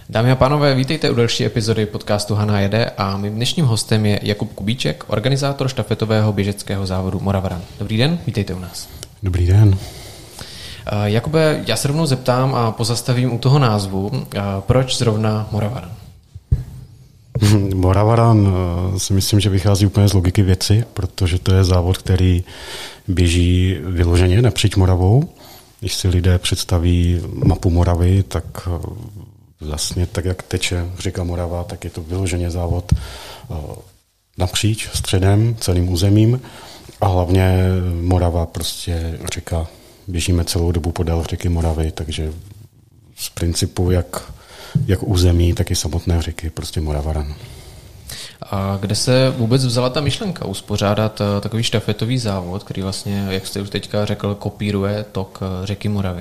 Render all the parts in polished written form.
Dámy a pánové, vítejte u další epizody podcastu Hana jede a mým dnešním hostem je Jakub Kubíček, organizátor štafetového běžeckého závodu Morava Run. Dobrý den, vítejte u nás. Dobrý den. Jakube, já se rovnou zeptám a pozastavím u toho názvu. Proč zrovna Morava Run? Morava Run si myslím, že vychází úplně z logiky věci, protože to je závod, který běží vyloženě napříč Moravou. Když si lidé představí mapu Moravy, tak vlastně tak, jak teče řeka Morava, tak je to vyloženě závod napříč středem, celým územím a hlavně Morava, prostě řeka. Běžíme celou dobu podél řeky Moravy, takže z principu jak území, tak i samotné řeky, prostě Morava Run. A kde se vůbec vzala ta myšlenka uspořádat takový štafetový závod, který vlastně, jak jste už teďka řekl, kopíruje tok řeky Moravy?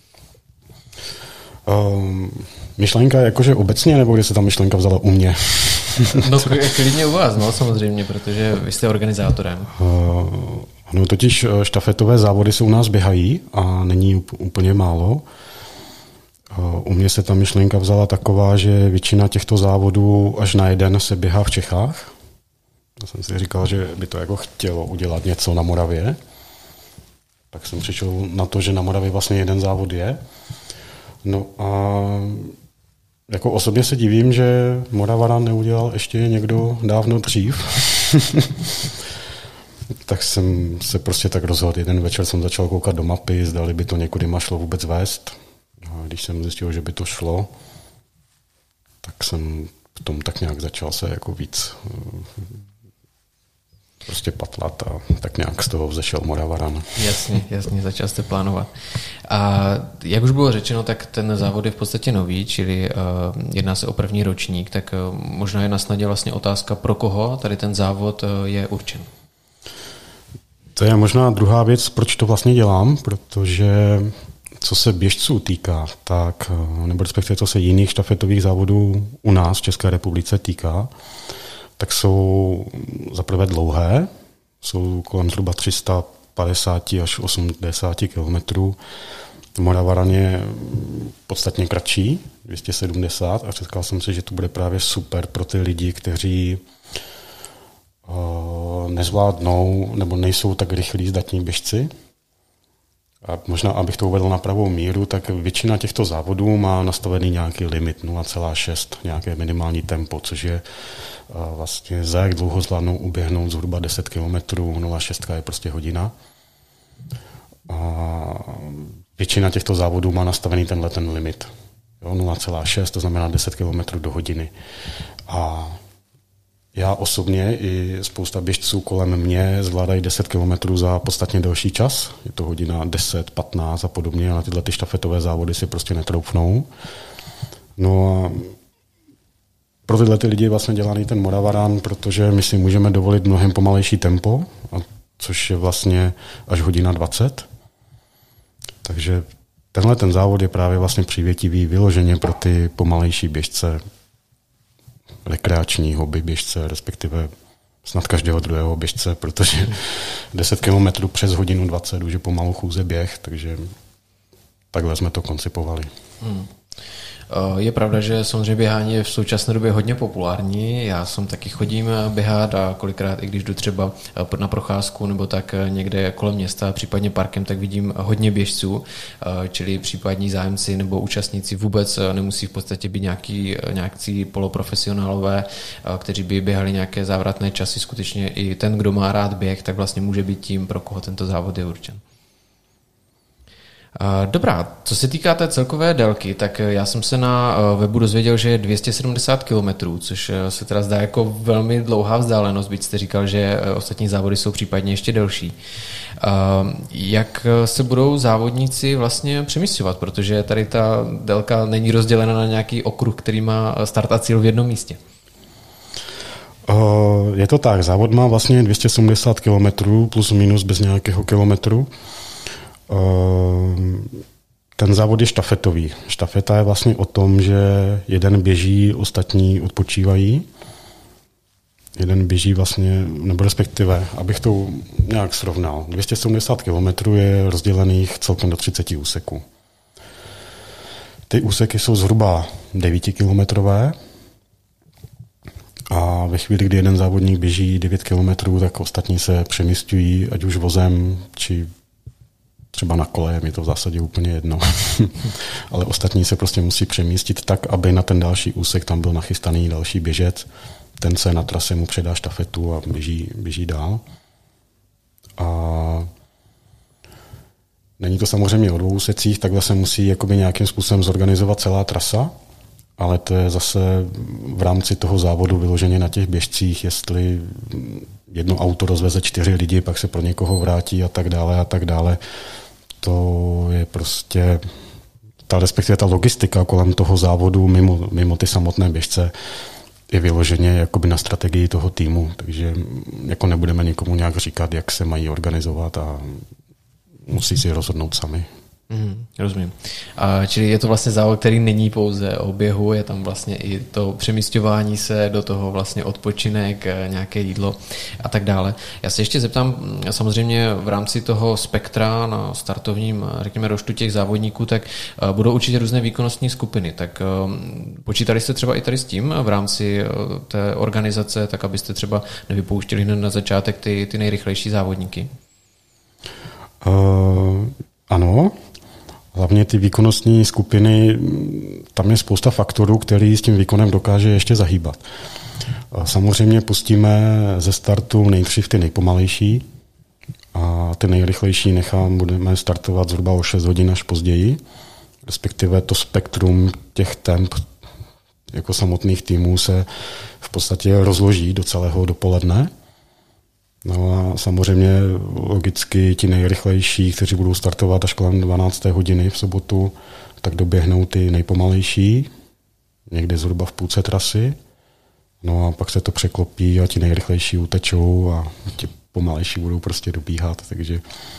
Myšlenka jakože obecně, nebo kde se ta myšlenka vzala u mě? No klidně u vás, no samozřejmě, protože vy jste organizátorem. No totiž štafetové závody se u nás běhají a není úplně málo. U mě se ta myšlenka vzala taková, že většina těchto závodů až na jeden se běhá v Čechách. Já jsem si říkal, že by to jako chtělo udělat něco na Moravě. Tak jsem přišel na to, že na Moravě vlastně jeden závod je. No a jako osobně se divím, že Morava Run neudělal ještě někdo dávno dřív. Tak jsem se prostě tak rozhodl. Jeden večer jsem začal koukat do mapy, zdali by to někudy šlo vůbec vést. A když jsem zjistil, že by to šlo, tak jsem v tom tak nějak začal se jako víc prostě patlat a tak nějak z toho vzešel Morava Run. Jasně, začal jste plánovat. A jak už bylo řečeno, tak ten závod je v podstatě nový, čili jedná se o první ročník, tak možná je na snadě vlastně otázka, pro koho tady ten závod je určen. To je možná druhá věc, proč to vlastně dělám, protože co se běžců týká, tak, nebo respektive co se jiných štafetových závodů u nás v České republice týká, tak jsou zaprvé dlouhé, jsou kolem zhruba 350 až 80 kilometrů. Morava Run je podstatně kratší, 270, a říkal jsem si, že to bude právě super pro ty lidi, kteří nezvládnou nebo nejsou tak rychlí zdatní běžci. A možná, abych to uvedl na pravou míru, tak většina těchto závodů má nastavený nějaký limit 0,6, nějaké minimální tempo, což je vlastně za jak dlouho zvládnou uběhnout zhruba 10 km, 0,6 je prostě hodina. A většina těchto závodů má nastavený ten limit. 0,6, to znamená 10 km do hodiny. A já osobně i spousta běžců kolem mě zvládají 10 km za podstatně delší čas. Je to hodina 10, 15 a podobně. A na tyhle ty štafetové závody si prostě netroufnou. No a pro tyhle ty lidi je vlastně dělaný ten Morava Run, protože my si můžeme dovolit mnohem pomalejší tempo, což je vlastně až hodina 20. Takže tenhle ten závod je právě vlastně přívětivý vyloženě pro ty pomalejší běžce, rekreační hobby běžce, respektive snad každého druhého běžce, protože 10 km přes hodinu 20 už je pomalu chůze běh, takže takhle jsme to koncipovali. Je pravda, že samozřejmě běhání je v současné době hodně populární. Já jsem taky chodím běhat a kolikrát, i když jdu třeba na procházku nebo tak někde kolem města, případně parkem, tak vidím hodně běžců, čili případní zájemci nebo účastníci vůbec nemusí v podstatě být nějaký poloprofesionálové, kteří by běhali nějaké závratné časy. Skutečně i ten, kdo má rád běh, tak vlastně může být tím, pro koho tento závod je určen. Dobrá, co se týká té celkové délky, tak já jsem se na webu dozvěděl, že je 270 km, což se teda zdá jako velmi dlouhá vzdálenost, byť jste říkal, že ostatní závody jsou případně ještě delší. Jak se budou závodníci vlastně přemísťovat, protože tady ta délka není rozdělena na nějaký okruh, který má start a cíl v jednom místě? Je to tak, závod má vlastně 270 km plus minus bez nějakého kilometru. Ten závod je štafetový. Štafeta je vlastně o tom, že jeden běží, ostatní odpočívají. Jeden běží vlastně, nebo respektive, abych to nějak srovnal. 270 km je rozdělených celkem do 30 úseků. Ty úseky jsou zhruba 9kilometrové. A ve chvíli, kdy jeden závodník běží 9 kilometrů, tak ostatní se přemístují, ať už vozem, či třeba na kole, mi to v zásadě úplně jedno. Ale ostatní se prostě musí přemístit tak, aby na ten další úsek tam byl nachystaný další běžec. Ten se na trase mu předá štafetu a běží dál. A není to samozřejmě o 2 úsecích, takhle se musí jakoby nějakým způsobem zorganizovat celá trasa, ale to je zase v rámci toho závodu vyloženě na těch běžcích, jestli jedno auto rozveze 4 lidi, pak se pro někoho vrátí a tak dále a tak dále. To je prostě respektive ta logistika kolem toho závodu mimo ty samotné běžce je vyloženě jakoby na strategii toho týmu, takže jako nebudeme nikomu nějak říkat, jak se mají organizovat a musí si rozhodnout sami. Rozumím. Čili je to vlastně závod, který není pouze o běhu, je tam vlastně i to přemísťování se do toho vlastně odpočinek, nějaké jídlo a tak dále. Já se ještě zeptám, samozřejmě v rámci toho spektra na startovním, řekněme, roštu těch závodníků, tak budou určitě různé výkonnostní skupiny. Tak počítali jste třeba i tady s tím v rámci té organizace, tak abyste třeba nevypouštěli hned na začátek ty nejrychlejší závodníky? Ano. Hlavně ty výkonnostní skupiny, tam je spousta faktorů, který s tím výkonem dokáže ještě zahýbat. Samozřejmě pustíme ze startu nejdřív ty nejpomalejší a ty nejrychlejší budeme startovat zhruba o 6 hodin až později, respektive to spektrum těch temp jako samotných týmů se v podstatě rozloží do celého dopoledne. No a samozřejmě logicky ti nejrychlejší, kteří budou startovat až kolem 12. hodiny v sobotu, tak doběhnou ty nejpomalejší, někde zhruba v půlce trasy. No a pak se to překlopí a ti nejrychlejší utečou a ti pomalejší budou prostě dobíhat, takže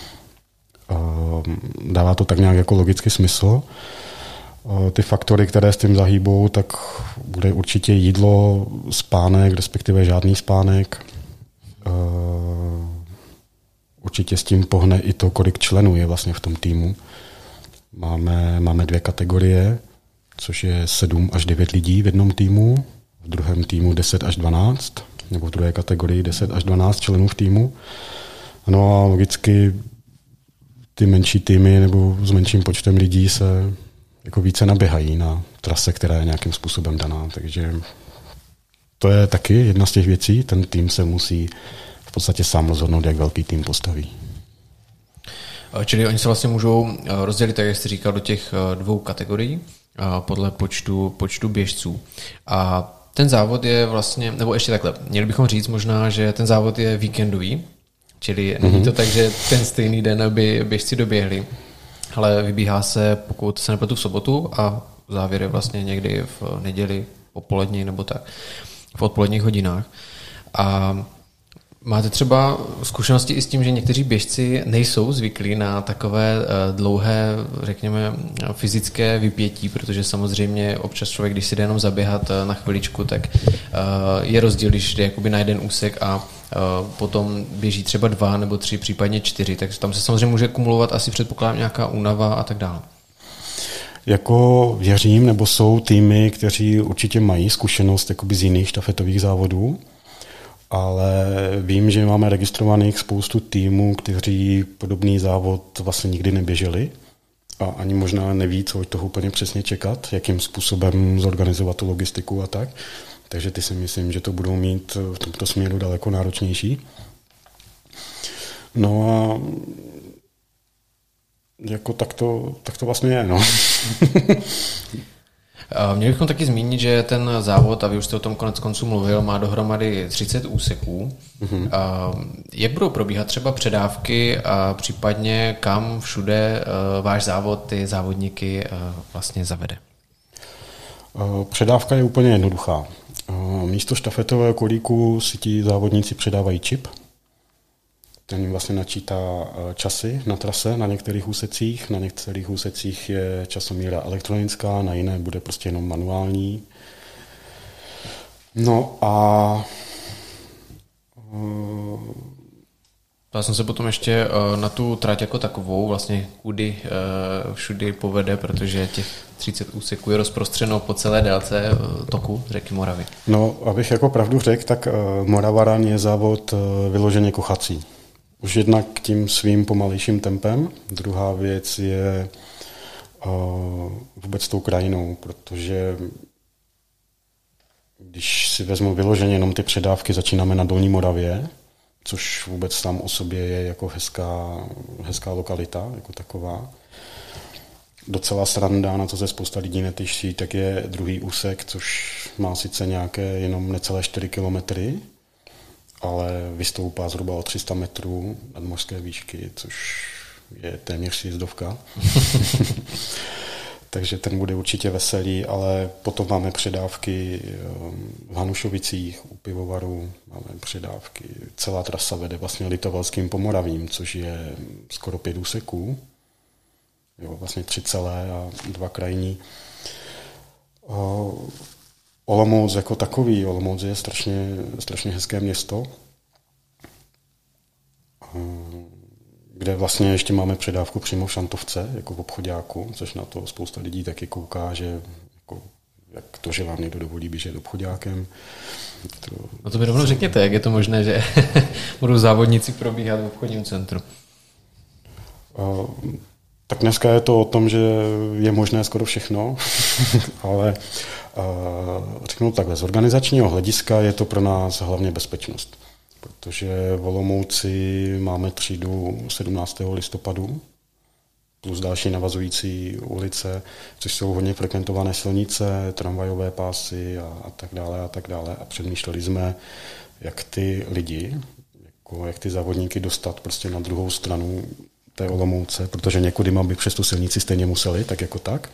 dává to tak nějak jako logický smysl. Ty faktory, které s tím zahýbou, tak bude určitě jídlo, spánek, respektive žádný spánek. Určitě s tím pohne i to, kolik členů je vlastně v tom týmu. Máme 2 kategorie, což je 7 až 9 lidí v jednom týmu, v druhém týmu 10 až 12, nebo v druhé kategorii 10 až 12 členů v týmu. No a logicky ty menší týmy nebo s menším počtem lidí se jako více naběhají na trase, která je nějakým způsobem daná, takže to je taky jedna z těch věcí. Ten tým se musí v podstatě sám rozhodnout, jak velký tým postaví. Čili oni se vlastně můžou rozdělit, tak jak jste říkal, do těch 2 kategorií podle počtu běžců. A ten závod je vlastně, nebo ještě takhle, měli bychom říct možná, že ten závod je víkendový, čili není to tak, že ten stejný den, aby běžci doběhli, ale vybíhá se, pokud se nepletu, v sobotu a závěr je vlastně někdy v neděli popolední nebo tak, v odpoledních hodinách. A máte třeba zkušenosti i s tím, že někteří běžci nejsou zvyklí na takové dlouhé, řekněme, fyzické vypětí, protože samozřejmě občas člověk, když si jde jenom zaběhat na chviličku, tak je rozdíl, když jde jakoby na jeden úsek a potom běží třeba 2 nebo 3, případně 4, tak tam se samozřejmě může kumulovat, asi předpokládám nějaká únava a tak dále. Jako věřím, nebo jsou týmy, kteří určitě mají zkušenost jakoby z jiných štafetových závodů, ale vím, že máme registrovaných spoustu týmů, kteří podobný závod vlastně nikdy neběželi a ani možná neví, co od toho úplně přesně čekat, jakým způsobem zorganizovat tu logistiku a tak. Takže ty si myslím, že to budou mít v tomto směru daleko náročnější. No a jako tak to vlastně je, no. Měli bychom taky zmínit, že ten závod, a vy už jste o tom konec konců mluvil, má dohromady 30 úseků. Jak budou probíhat třeba předávky a případně kam všude váš závod ty závodníky vlastně zavede? Předávka je úplně jednoduchá. Místo štafetového kolíku si ti závodníci předávají čip. Ten jim vlastně načítá časy na trase na některých úsecích. Na některých úsecích je časomíra elektronická, na jiné bude prostě jenom manuální. No a Ptal jsem se potom ještě na tu trať jako takovou, vlastně kudy všudy povede, protože těch 30 úseků je rozprostřeno po celé délce toku řeky Moravy. No, abych jako pravdu řekl, tak Moravaran je závod vyloženě kochací. Už jednak tím svým pomalejším tempem. Druhá věc je vůbec tou krajinou, protože když si vezmu vyloženě jenom ty předávky, začínáme na Dolní Moravě, což vůbec sám o sobě je jako hezká lokalita, jako taková. Docela sranda, na co se spousta lidí netyší, tak je druhý úsek, což má sice nějaké jenom necelé 4 kilometry, ale vystoupá zhruba o 300 metrů nadmořské výšky, což je téměř sjízdovka. Takže ten bude určitě veselý, ale potom máme předávky v Hanušovicích, u pivovaru, máme předávky. Celá trasa vede vlastně Litovalským Pomoravím, což je skoro 5 úseků. Jo, vlastně 3 celé a 2 krajní. Olomouc jako takový, Olomouc je strašně hezké město, kde vlastně ještě máme předávku přímo v Šantovce, jako v obchoďáku, což na to spousta lidí taky kouká, že jako, jak to, že vám někdo dovolí běžet obchoďákem. No to mi rovnou řekněte, jak je to možné, že budou závodníci probíhat v obchodním centru. Tak dneska je to o tom, že je možné skoro všechno, ale řeknu takhle, z organizačního hlediska je to pro nás hlavně bezpečnost. Protože v Olomouci máme třídu 17. listopadu plus další navazující ulice, což jsou hodně frekventované silnice, tramvajové pásy a tak dále a tak dále. A přemýšleli jsme, jak ty lidi, jak ty závodníky dostat prostě na druhou stranu té Olomouce, protože někudy by přes tu silnici stejně museli, tak jako tak.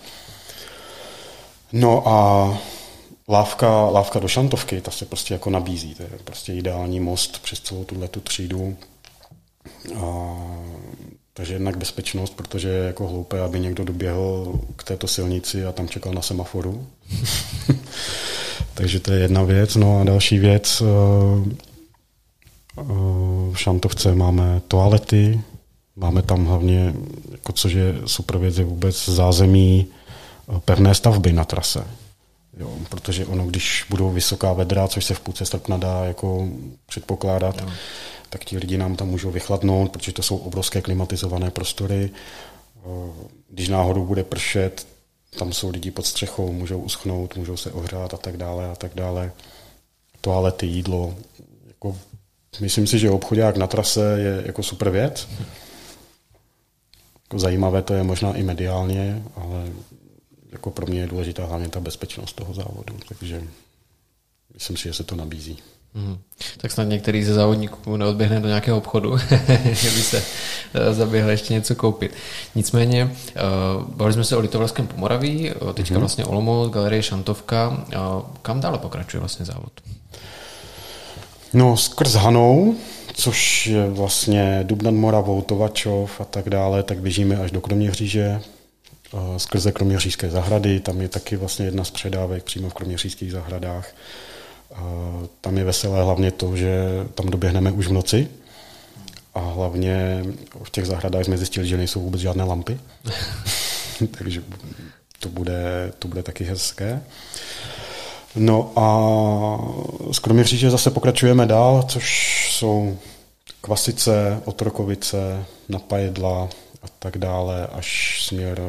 No a lávka do Šantovky, ta se prostě jako nabízí. To je prostě ideální most přes celou tuhletu třídu. Takže jednak bezpečnost, protože je jako hloupé, aby někdo doběhl k této silnici a tam čekal na semaforu. Takže to je jedna věc. No a další věc, v Šantovce máme toalety, máme tam hlavně, jako což je super věc, je vůbec zázemí pevné stavby na trase. Jo, protože ono, když budou vysoká vedra, což se v půlce srpna dá jako předpokládat, tak ti lidi nám tam můžou vychladnout, protože to jsou obrovské klimatizované prostory. Když náhodou bude pršet, tam jsou lidi pod střechou, můžou uschnout, můžou se ohřát a tak dále a tak dále. Toalety, jídlo. Jako, myslím si, že obchoďák na trase je jako super věc. Jako zajímavé to je možná i mediálně, ale jako pro mě je důležitá hlavně ta bezpečnost toho závodu, takže myslím si, že se to nabízí. Tak snad některý ze závodníků neodběhne do nějakého obchodu, že by se zaběhl ještě něco koupit. Nicméně, bavili jsme se o Litovalském Pomoraví, teďka vlastně Olomouc, Galerie Šantovka. Kam dále pokračuje vlastně závod? No, skrz Hanou, což je vlastně Dub nad Moravou, Tovačov a tak dále, tak běžíme až do Kroměříže, skrze Kroměřížské zahrady, tam je taky vlastně jedna z předávek přímo v Kroměřížských zahradách. Tam je veselé hlavně to, že tam doběhneme už v noci a hlavně v těch zahradách jsme zjistili, že nejsou vůbec žádné lampy, takže to bude taky hezké. No a z Kroměříže zase pokračujeme dál, což jsou Kvasice, Otrokovice, Napajedla a tak dále, až směr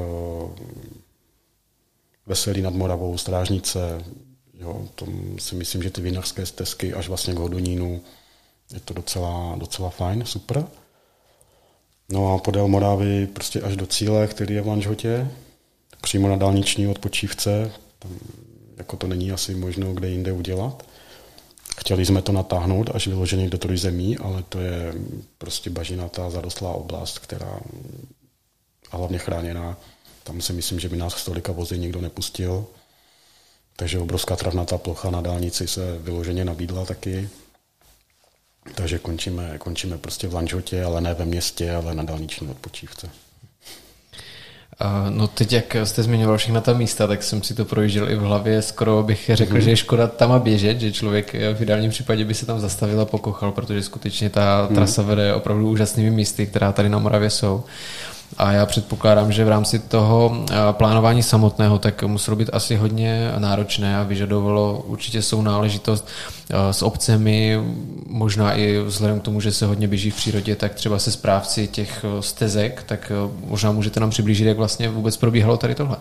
Veselí nad Moravou, Strážnice. Jo, to si myslím, že ty vinařské stezky až vlastně k Hodonínu je to docela fajn, super. No a podél Moravy prostě až do cíle, který je v Lanžhotě, přímo na dálniční odpočívce, tam jako to není asi možno kde jinde udělat. Chtěli jsme to natáhnout až vyloženě do Trojzemí, ale to je prostě bažinatá zarostlá oblast, která a hlavně chráněná. Tam si myslím, že by nás z tolika vozy nikdo nepustil. Takže obrovská travnatá plocha na dálnici se vyloženě nabídla taky. Takže končíme prostě v Lanžhotě, ale ne ve městě, ale na dálniční odpočívce. No teď, jak jste zmiňoval všechna ta místa, tak jsem si to projížděl i v hlavě. Skoro bych řekl, že je škoda tam a běžet, že člověk v ideálním případě by se tam zastavil a pokochal, protože skutečně ta trasa vede opravdu úžasnými místy, která tady na Moravě jsou. A já předpokládám, že v rámci toho plánování samotného tak muselo být asi hodně náročné a vyžadovalo určitě sounáležitost s obcemi, možná i vzhledem k tomu, že se hodně běží v přírodě, tak třeba se správci těch stezek, tak možná můžete nám přiblížit, jak vlastně vůbec probíhalo tady tohle.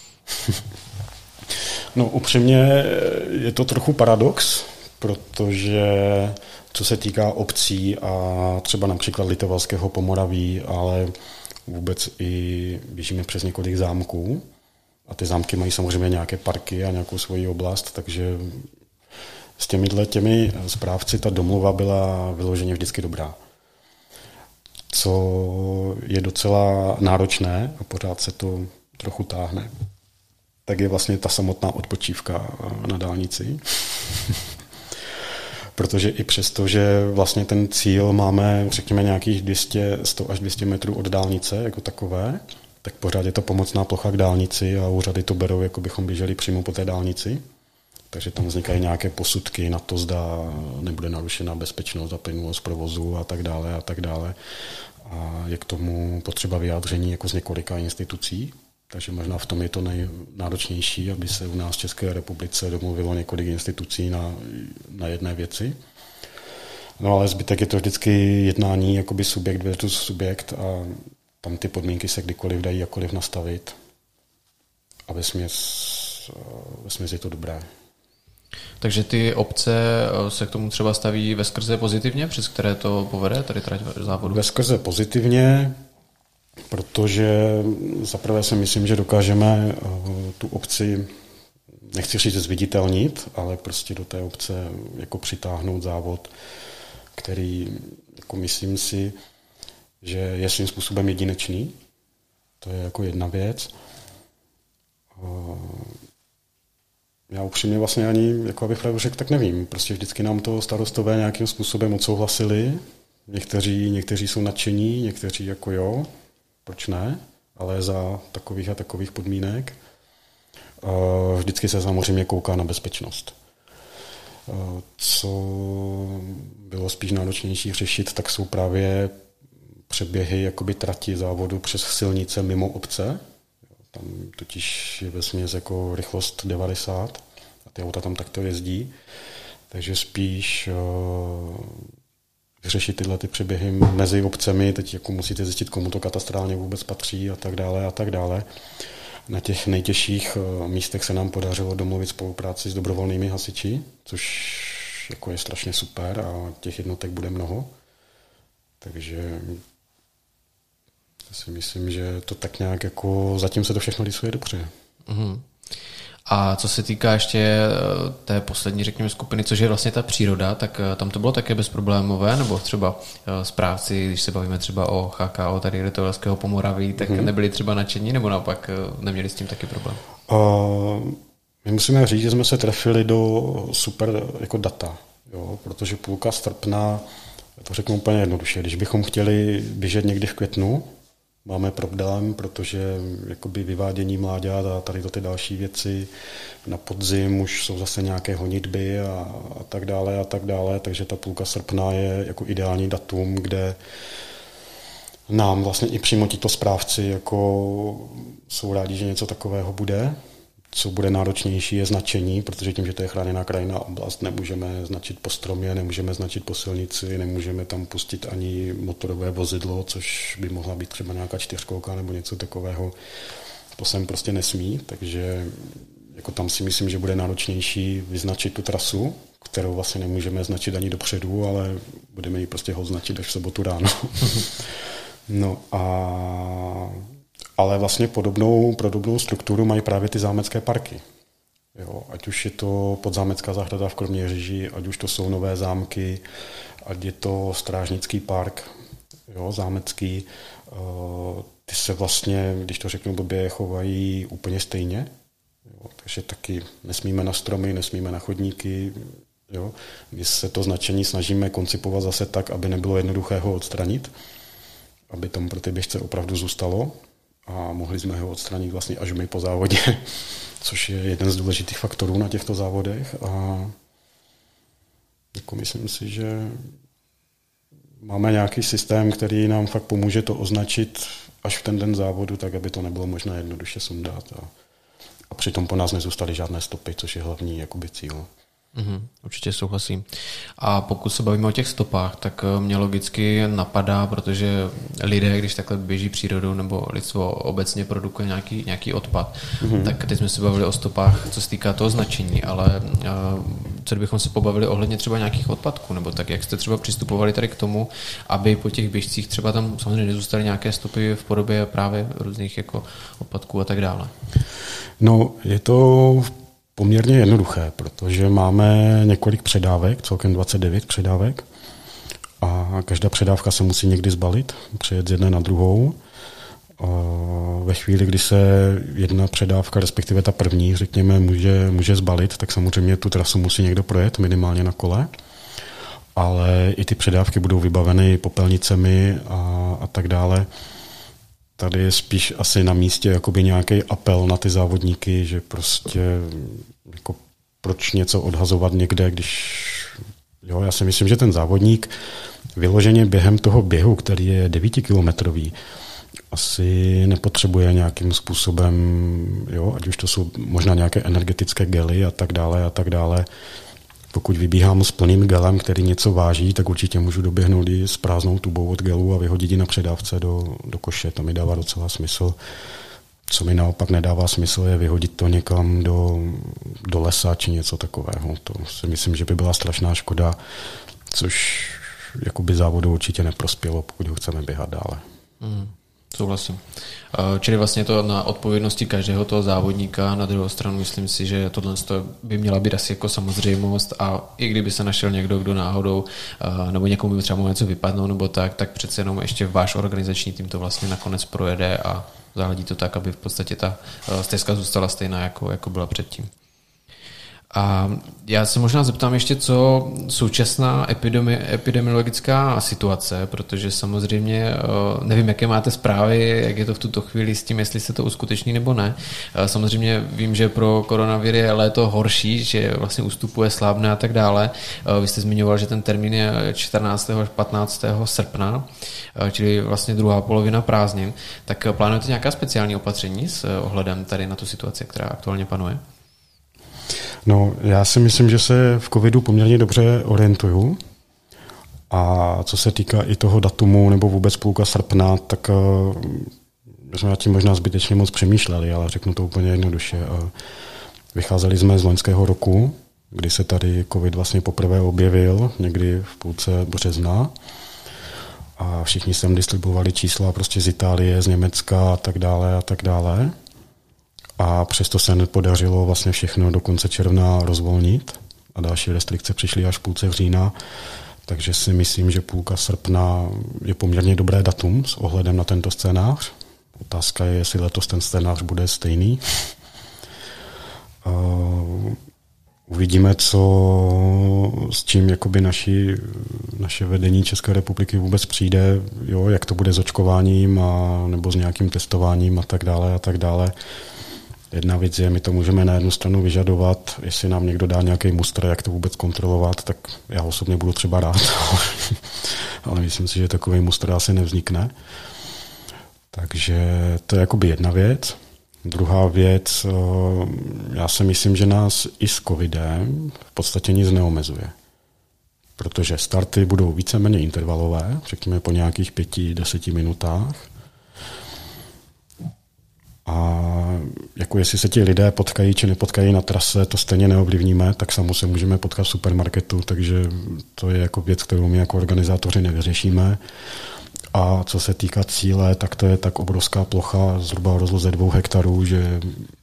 No upřímně je to trochu paradox, protože co se týká obcí a třeba například Litovalského Pomoraví, ale vůbec i běžíme přes několik zámků a ty zámky mají samozřejmě nějaké parky a nějakou svoji oblast, takže s těmi správci ta domluva byla vyloženě vždycky dobrá. Co je docela náročné a pořád se to trochu táhne, tak je vlastně ta samotná odpočívka na dálnici. Protože i přesto, že vlastně ten cíl máme, řekněme, nějakých 100 až 200 metrů od dálnice jako takové, tak pořád je to pomocná plocha k dálnici a úřady to berou, jako bychom běželi přímo po té dálnici. Takže tam vznikají nějaké posudky na to, zda nebude narušena bezpečnost a plynulost provozu a tak dále a tak dále. A je k tomu potřeba vyjádření jako z několika institucí. Takže možná v tom je to nejnáročnější, aby se u nás v České republice domluvilo několik institucí na jedné věci. No ale zbytek je to vždycky jednání jakoby subjekt versus subjekt a tam ty podmínky se kdykoliv dají jakkoliv nastavit. A vesměs je to dobré. Takže ty obce se k tomu třeba staví veskrze pozitivně, přes které to povede, tady trať závodu? Veskrze pozitivně, protože zaprvé si myslím, že dokážeme tu obci, nechci říct zviditelnit, ale prostě do té obce jako přitáhnout závod, který, jako myslím si, že je svým způsobem jedinečný. To je jako jedna věc. Já upřímně vlastně ani, jako abych pravdu řekl, tak nevím. Prostě vždycky nám to starostové nějakým způsobem odsouhlasili. Někteří jsou nadšení, někteří jako jo, proč ne, ale za takových a takových podmínek. Vždycky se samozřejmě kouká na bezpečnost. Co bylo spíš náročnější řešit, tak jsou právě přeběhy jakoby trati závodu přes silnice mimo obce. Tam totiž je vesměs jako rychlost 90 a ty auta tam takto jezdí. Takže spíš vyřešit tyhle ty přeběhy mezi obcemi, teď jako musíte zjistit, komu to katastrálně vůbec patří a tak dále a tak dále. Na těch nejtěžších místech se nám podařilo domluvit spolupráci s dobrovolnými hasiči, což jako je strašně super a těch jednotek bude mnoho. Takže si myslím, že to tak nějak jako zatím se to všechno rýsuje dobře. Mm-hmm. A co se týká ještě té poslední, řekněme, skupiny, což je vlastně ta příroda, tak tam to bylo také bezproblémové, nebo třeba správci, když se bavíme třeba o HKO tady Litovelského Pomoraví, tak nebyli třeba nadšení, nebo naopak neměli s tím taky problém? My musíme říct, že jsme se trefili do super jako data, jo, protože půlka srpna, to řeknu úplně jednoduše, když bychom chtěli běžet někdy v květnu, máme problém, protože jakoby vyvádění mláďat a tady ty další věci na podzim už jsou zase nějaké honitby a tak dále, takže ta půlka srpna je jako ideální datum, kde nám vlastně i přímo tito správci jako jsou rádi, že něco takového bude. Co bude náročnější je značení, protože tím, že to je chráněná krajinná oblast, nemůžeme značit po stromě, nemůžeme značit po silnici, nemůžeme tam pustit ani motorové vozidlo, což by mohla být třeba nějaká čtyřkolka nebo něco takového. To sem prostě nesmí, takže jako tam si myslím, že bude náročnější vyznačit tu trasu, kterou vlastně nemůžeme značit ani dopředu, ale budeme ji prostě značit až v sobotu ráno. No ale vlastně podobnou strukturu mají právě ty zámecké parky. Jo, ať už je to podzámecká zahrada v Kroměříži, ať už to jsou nové zámky, ať je to strážnický park, jo, zámecký, ty se vlastně, když to řeknu blbě, chovají úplně stejně. Jo, takže taky nesmíme na stromy, nesmíme na chodníky. Jo. My se to značení snažíme koncipovat zase tak, aby nebylo jednoduché ho odstranit, aby tam pro ty běžce opravdu zůstalo. a mohli jsme ho odstranit vlastně až my po závodě, což je jeden z důležitých faktorů na těchto závodech a jako myslím si, že máme nějaký systém, který nám fakt pomůže to označit až v ten den závodu, tak aby to nebylo možné jednoduše sundat a přitom po nás nezůstaly žádné stopy, což je hlavní jakoby cíl. Určitě souhlasím. A pokud se bavíme o těch stopách, tak mě logicky napadá, protože lidé, když takhle běží přírodou nebo lidstvo obecně produkuje nějaký odpad, tak teď jsme se bavili o stopách, co se týká toho značení, ale co kdybychom se pobavili ohledně třeba nějakých odpadků, nebo tak, jak jste třeba přistupovali tady k tomu, aby po těch běžcích třeba tam samozřejmě nezůstaly nějaké stopy v podobě právě různých jako odpadků a tak dále? No, je to poměrně jednoduché, protože máme několik předávek, celkem 29 předávek a každá předávka se musí někdy zbalit, přejet z jedné na druhou. A ve chvíli, kdy se jedna předávka, respektive ta první, řekněme, může zbalit, tak samozřejmě tu trasu musí někdo projet, minimálně na kole, ale i ty předávky budou vybaveny popelnicemi a tak dále. Tady je spíš asi na místě jakoby nějaký apel na ty závodníky, že prostě jako proč něco odhazovat někde, když jo, já si myslím, že ten závodník vyloženě během toho běhu, který je 9kilometrový, asi nepotřebuje nějakým způsobem, jo, ať už to jsou možná nějaké energetické gely a tak dále. Pokud vybíhám s plným gelem, který něco váží, tak určitě můžu doběhnout i s prázdnou tubou od gelu a vyhodit ji na předávce do koše. To mi dává docela smysl. Co mi naopak nedává smysl, je vyhodit to někam do lesa či něco takového. To si myslím, že by byla strašná škoda, což jakoby závodu určitě neprospělo, pokud ho chceme běhat dále. Souhlasím. Čili vlastně to na odpovědnosti každého toho závodníka, na druhou stranu myslím si, že tohle by měla být asi jako samozřejmost a i kdyby se našel někdo, kdo náhodou nebo někomu by třeba mohlo něco vypadnout nebo tak přece jenom ještě váš organizační tým to vlastně nakonec projede a zaladí to tak, aby v podstatě ta stezka zůstala stejná, jako byla předtím. A já se možná zeptám ještě, co současná epidemiologická situace, protože samozřejmě nevím, jaké máte zprávy, jak je to v tuto chvíli s tím, jestli se to uskuteční nebo ne. Samozřejmě vím, že pro koronavir je léto horší, že vlastně ustupuje, slábne a tak dále. Vy jste zmiňoval, že ten termín je 14. až 15. srpna, čili vlastně druhá polovina prázdnin. Tak plánujete nějaká speciální opatření s ohledem tady na tu situaci, která aktuálně panuje? No, já si myslím, že se v covidu poměrně dobře orientuju a co se týká i toho datumu nebo vůbec půlka srpna, tak jsme nad tím možná zbytečně moc přemýšleli, ale řeknu to úplně jednoduše. Vycházeli jsme z loňského roku, kdy se tady covid vlastně poprvé objevil, někdy v půlce března a všichni sem distribuovali čísla prostě z Itálie, z Německa a tak dále. A přesto se nepodařilo vlastně všechno do konce června rozvolnit a další restrikce přišly až v půlce října, takže si myslím, že půlka srpna je poměrně dobré datum s ohledem na tento scénář. Otázka je, jestli letos ten scénář bude stejný. Uvidíme, s čím jakoby naše vedení České republiky vůbec přijde, jo, jak to bude s očkováním nebo s nějakým testováním a tak dále. Jedna věc je, my to můžeme na jednu stranu vyžadovat, jestli nám někdo dá nějaký mustr, jak to vůbec kontrolovat, tak já osobně budu třeba rád, ale myslím si, že takový mustr asi nevznikne. Takže to je jakoby jedna věc. Druhá věc, já si myslím, že nás i s covidem v podstatě nic neomezuje. Protože starty budou víceméně intervalové, řekněme po nějakých 5-10 minutách. A jako jestli se ti lidé potkají či nepotkají na trase, to stejně neovlivníme, tak samo se můžeme potkat v supermarketu, takže to je jako věc, kterou my jako organizátoři nevyřešíme. A co se týká cíle, tak to je tak obrovská plocha, zhruba v rozloze 2 hektarů, že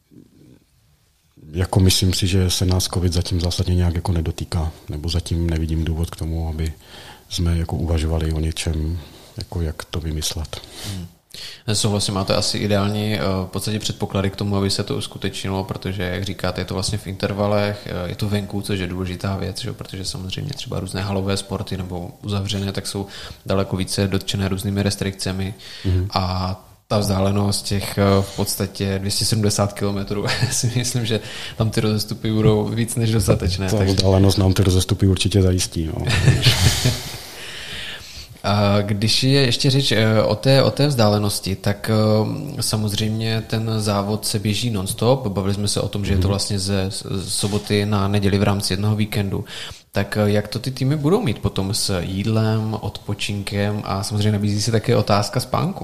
jako myslím si, že se nás covid zatím zásadně nějak jako nedotýká, nebo zatím nevidím důvod k tomu, aby jsme jako uvažovali o něčem, jako jak to vymyslet. Souhlasím, máte asi ideální v podstatě předpoklady k tomu, aby se to uskutečnilo, protože, jak říkáte, je to vlastně v intervalech, je to venku, což je důležitá věc, že? Protože samozřejmě třeba různé halové sporty nebo uzavřené, tak jsou daleko více dotčené různými restrikcemi a Ta vzdálenost těch v podstatě 270 kilometrů, si myslím, že tam ty rozestupy budou víc než dostatečné. Ta vzdálenost nám ty rozestupy určitě zajistí. No. Když je ještě řeč o té vzdálenosti, tak samozřejmě ten závod se běží non-stop. Bavili jsme se o tom, že je to vlastně ze soboty na neděli v rámci jednoho víkendu. Tak jak to ty týmy budou mít potom s jídlem, odpočinkem a samozřejmě nabízí se také otázka spánku?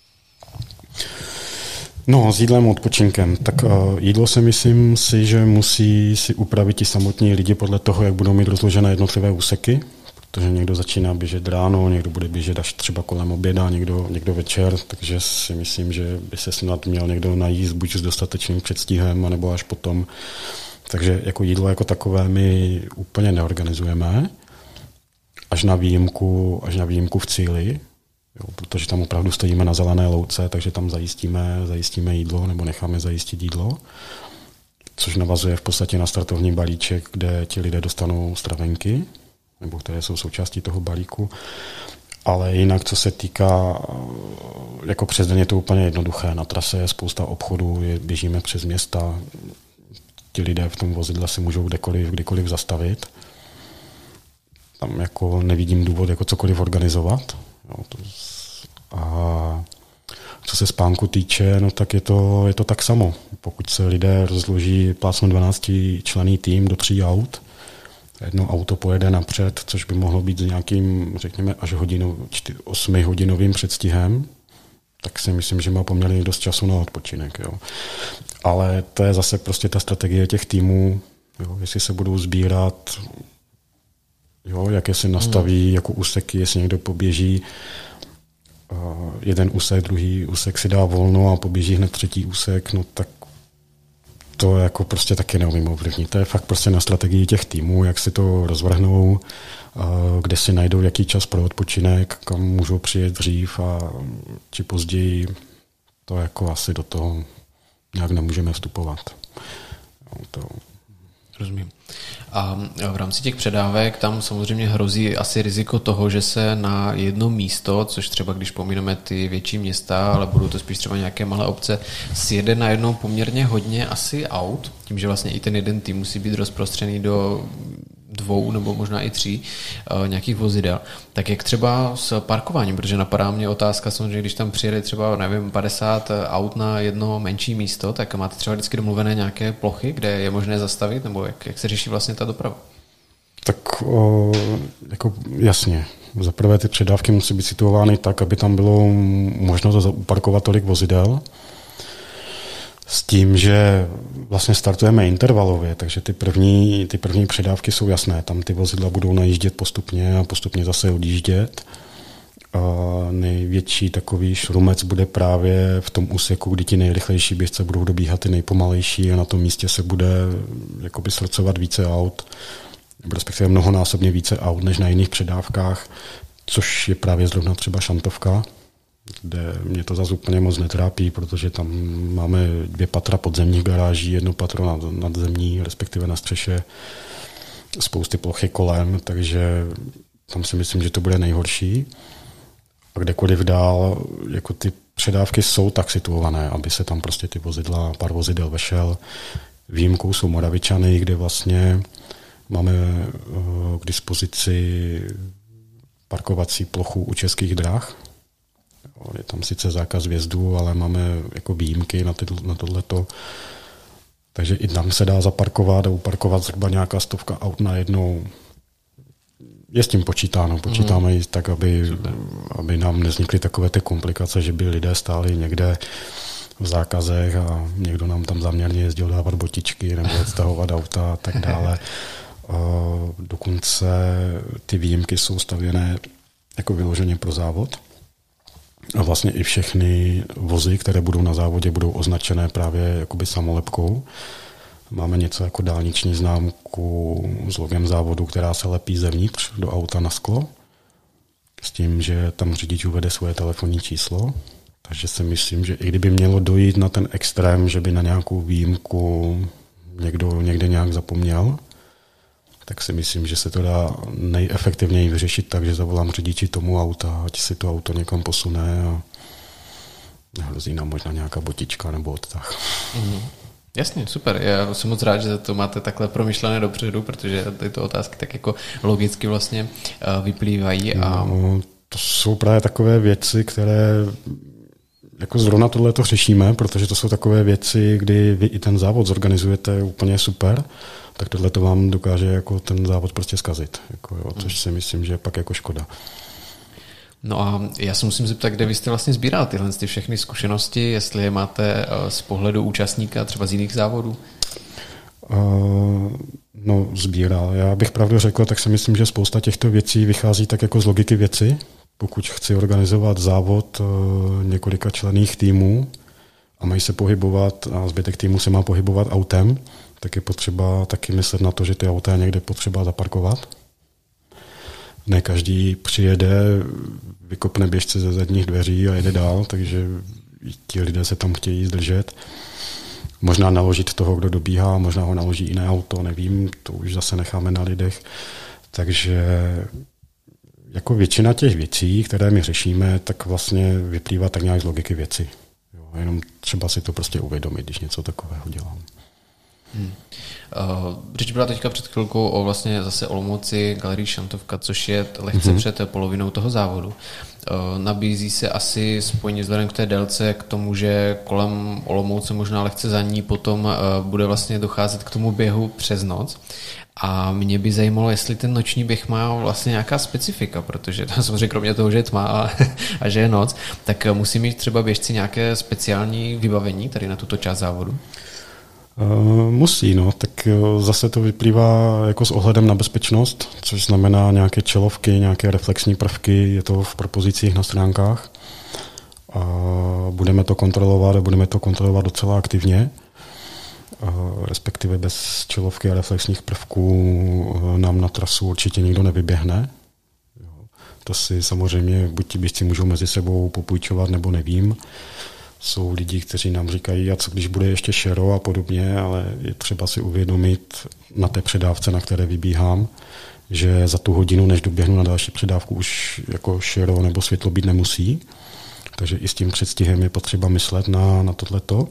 No, s jídlem, odpočinkem. Tak jídlo si myslím si, že musí si upravit ti samotní lidi podle toho, jak budou mít rozložené jednotlivé úseky, protože někdo začíná běžet ráno, někdo bude běžet až třeba kolem oběda, někdo večer, takže si myslím, že by se snad měl někdo najíst buď s dostatečným předstihem, anebo až potom. Takže jako jídlo jako takové my úplně neorganizujeme, až na výjimku v cíli, jo, protože tam opravdu stojíme na zelené louce, takže tam zajistíme jídlo nebo necháme zajistit jídlo, což navazuje v podstatě na startovní balíček, kde ti lidé dostanou stravenky, nebo které jsou součástí toho balíku. Ale jinak, co se týká, jako přes den je to úplně jednoduché. Na trase je spousta obchodů, běžíme přes města, ti lidé v tom vozidle si můžou kdykoliv zastavit. Tam jako nevidím důvod jako cokoliv organizovat. Jo, a co se spánku týče, no tak je to tak samo. Pokud se lidé rozloží plácnu 12členný tým do 3 aut, jedno auto pojede napřed, což by mohlo být s nějakým, řekněme, až 8hodinovým předstihem, tak si myslím, že má poměrně dost času na odpočinek. Jo. Ale to je zase prostě ta strategie těch týmů, jo, jestli se budou sbírat, jo, jaké se nastaví jako úseky, jestli někdo poběží jeden úsek, druhý úsek si dá volno a poběží hned třetí úsek, no tak to jako prostě taky neumím ovlivnit. To je fakt prostě na strategii těch týmů, jak si to rozvrhnou, kde si najdou jaký čas pro odpočinek, kam můžou přijet dřív či později. To jako asi do toho nějak nemůžeme vstupovat. Rozumím. A v rámci těch předávek tam samozřejmě hrozí asi riziko toho, že se na jedno místo, což třeba když pomíneme ty větší města, ale budou to spíš třeba nějaké malé obce, sjede najednou poměrně hodně asi aut, tím, že vlastně i ten jeden tým musí být rozprostřený do 2 nebo možná i 3 nějakých vozidel. Tak jak třeba s parkováním, protože napadá mě otázka, samozřejmě, když tam přijede třeba, nevím, 50 aut na jedno menší místo, tak máte třeba vždycky domluvené nějaké plochy, kde je možné zastavit, nebo jak se řeší vlastně ta doprava? Tak jako jasně. Za prvé ty předávky musí být situovány tak, aby tam bylo možno uparkovat tolik vozidel, s tím, že vlastně startujeme intervalově, takže ty první předávky jsou jasné. Tam ty vozidla budou najíždět postupně a postupně zase odjíždět. A největší takový šrumec bude právě v tom úseku, kdy ti nejrychlejší běžce budou dobíhat ty nejpomalejší a na tom místě se bude jakoby srdcovat více aut, respektive mnohonásobně více aut než na jiných předávkách, což je právě zrovna třeba Šantovka, kde mě to zase úplně moc netrápí, protože tam máme 2 patra podzemních garáží, 1 patro nadzemní, respektive na střeše, spousty plochy kolem, takže tam si myslím, že to bude nejhorší. A kdekoliv dál, jako ty předávky jsou tak situované, aby se tam prostě pár vozidel vešel. Výjimkou jsou Moravičany, kde vlastně máme k dispozici parkovací plochu u Českých drah. Je tam sice zákaz vjezdu, ale máme jako výjimky na tohleto. Takže i tam se dá zaparkovat a uparkovat zhruba nějaká 100 aut najednou. Je s tím počítáno. Počítáme i tak, aby nám nevznikly takové ty komplikace, že by lidé stáli někde v zákazech a někdo nám tam záměrně jezdil dávat botičky nebo odstahovat auta a tak dále. Dokonce ty výjimky jsou stavěné jako vyloženě pro závod. A vlastně i všechny vozy, které budou na závodě, budou označené právě jakoby samolepkou. Máme něco jako dálniční známku s logem závodu, která se lepí zevnitř do auta na sklo, s tím, že tam řidič uvede svoje telefonní číslo. Takže si myslím, že i kdyby mělo dojít na ten extrém, že by na nějakou výjimku někdo někde nějak zapomněl, tak si myslím, že se to dá nejefektivněji vyřešit tak, že zavolám řidiči tomu auta, ať si to auto někam posune Hrozí nám možná nějaká botička nebo odtah. Jasně, super. Já jsem moc rád, že to máte takhle promyšlené dopředu, protože tyto otázky tak jako logicky vlastně vyplývají. No, to jsou právě takové věci, které jako zrovna tohle to řešíme, protože to jsou takové věci, kdy vy i ten závod zorganizujete úplně super, tak tohle to vám dokáže jako ten závod prostě zkazit. Jako, jo, což si myslím, že je pak jako škoda. No a já se musím zeptat, kde vy jste vlastně sbíral tyhle všechny zkušenosti, jestli je máte z pohledu účastníka třeba z jiných závodů? No, sbíral. Já bych pravdu řekl, tak si myslím, že spousta těchto věcí vychází tak jako z logiky věci. Pokud chci organizovat závod několika členných týmů a mají se pohybovat a zbytek týmu se má pohybovat autem, tak je potřeba taky myslet na to, že ty auta je někde potřeba zaparkovat. Ne každý přijede, vykopne běžce ze zadních dveří a jede dál, takže ti lidé se tam chtějí zdržet. Možná naložit toho, kdo dobíhá, možná ho naloží jiné auto, nevím, to už zase necháme na lidech. Takže jako většina těch věcí, které my řešíme, tak vlastně vyplývá tak nějak z logiky věci. Jo, jenom třeba si to prostě uvědomit, když něco takového dělám. Řeč byla teďka před chvilkou o vlastně zase Olomouci Galerii Šantovka, což je lehce před polovinou toho závodu. Nabízí se asi spojně vzhledem k té délce k tomu, že kolem Olomouce možná lehce za ní potom bude vlastně docházet k tomu běhu přes noc. A mě by zajímalo, jestli ten noční běh má vlastně nějaká specifika, protože samozřejmě kromě toho, že je tma a že je noc, tak musí mít třeba běžci nějaké speciální vybavení tady na tuto část závodu? Musí, no, tak zase to vyplývá jako s ohledem na bezpečnost, což znamená nějaké čelovky, nějaké reflexní prvky, je to v propozicích na stránkách. A budeme to kontrolovat docela aktivně, respektive bez čelovky a reflexních prvků nám na trasu určitě nikdo nevyběhne. To si samozřejmě buď ti běžci můžou mezi sebou popůjčovat, nebo nevím. Jsou lidi, kteří nám říkají, a co když bude ještě šero a podobně, ale je třeba si uvědomit na té předávce, na které vybíhám, že za tu hodinu, než doběhnu na další předávku, už jako šero nebo světlo být nemusí. Takže i s tím předstihem je potřeba myslet na tohleto.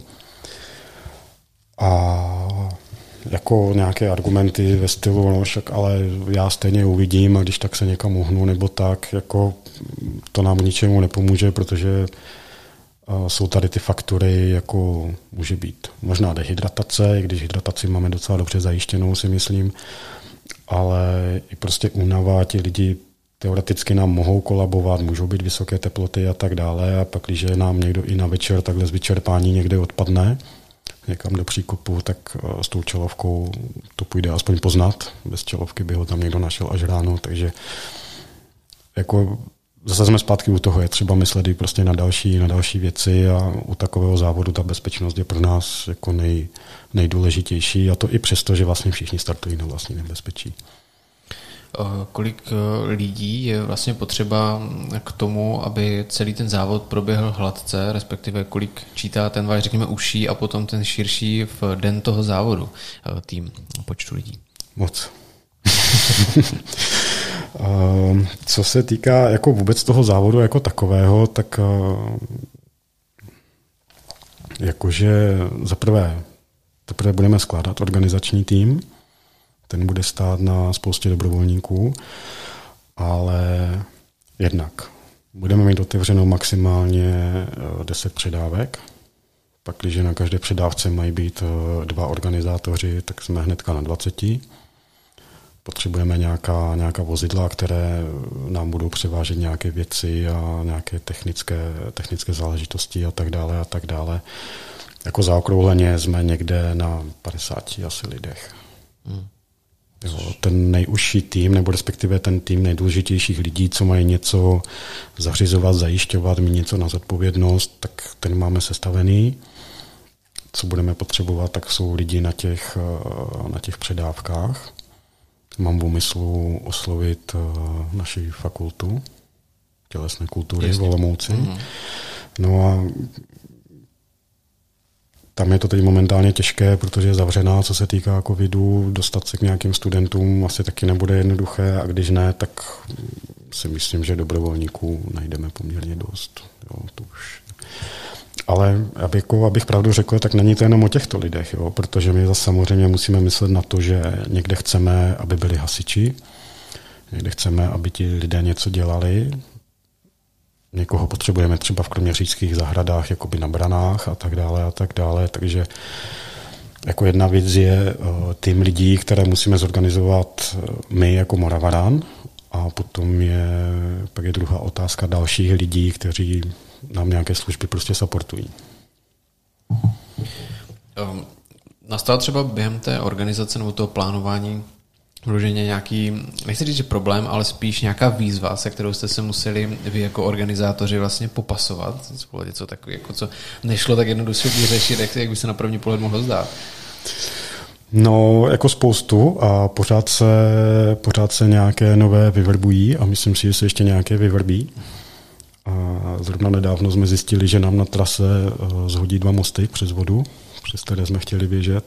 A jako nějaké argumenty ve stylu, no však ale já stejně uvidím a když tak se někam uhnu nebo tak, jako to nám ničemu nepomůže, protože jsou tady ty faktory, jako může být možná dehydratace, i když hydrataci máme docela dobře zajištěnou, si myslím, ale i prostě únava, ti lidi teoreticky nám mohou kolabovat, můžou být vysoké teploty a tak dále, a pak, když nám někdo i na večer takhle z vyčerpání někde odpadne někam do příkopu, tak s tou čelovkou to půjde aspoň poznat. Bez čelovky by ho tam někdo našel až ráno, takže jako zase jsme zpátky u toho, je třeba myslet i prostě na další věci a u takového závodu ta bezpečnost je pro nás jako nejdůležitější, a to i přesto, že vlastně všichni startují na vlastní nebezpečí. Kolik lidí je vlastně potřeba k tomu, aby celý ten závod proběhl hladce, respektive kolik čítá ten váš, řekněme, užší a potom ten širší v den toho závodu tým počtu lidí? Moc. Co se týká jako vůbec toho závodu jako takového, tak jakože zaprvé teprve budeme skládat organizační tým, ten bude stát na spoustě dobrovolníků, ale jednak budeme mít otevřeno maximálně 10 předávek, pak když na každé předávce mají být 2 organizátoři, tak jsme hnedka na 20. Potřebujeme nějaká vozidla, které nám budou převážet nějaké věci a nějaké technické záležitosti a tak dále. Jako zaokrouhleně jsme někde na 50 asi lidech. Jo, ten nejužší tým, nebo respektive ten tým nejdůležitějších lidí, co mají něco zařizovat, zajišťovat, mít něco na zodpovědnost, tak ten máme sestavený. Co budeme potřebovat, tak jsou lidi na těch předávkách. Mám v úmyslu oslovit naši fakultu tělesné kultury v Olomouci. No a tam je to teď momentálně těžké, protože je zavřená, co se týká covidu, dostat se k nějakým studentům asi taky nebude jednoduché, a když ne, tak si myslím, že dobrovolníků najdeme poměrně dost. Jo, to už. Ale abych pravdu řekl, tak není to jenom o těchto lidech, jo? Protože my zase samozřejmě musíme myslet na to, že někde chceme, aby byli hasiči, někde chceme, aby ti lidé něco dělali, někoho potřebujeme třeba v kroměřížských zahradách, jakoby na branách a tak dále, takže jako jedna věc je tým lidí, které musíme zorganizovat my jako Moravaran, a potom pak je druhá otázka dalších lidí, kteří nám nějaké služby prostě supportují. Nastal třeba během té organizace nebo toho plánování vloženě nějaký, nechci říct, že problém, ale spíš nějaká výzva, se kterou jste se museli vy jako organizátoři vlastně popasovat? Něco takové, jako co nešlo tak jednoduše vyřešit, jak by se na první pohled mohlo zdát? No, jako spoustu a pořád se nějaké nové vyvrbují a myslím si, že se ještě nějaké vyvrbí. A zrovna nedávno jsme zjistili, že nám na trase shodí 2 mosty přes vodu, přes které jsme chtěli běžet.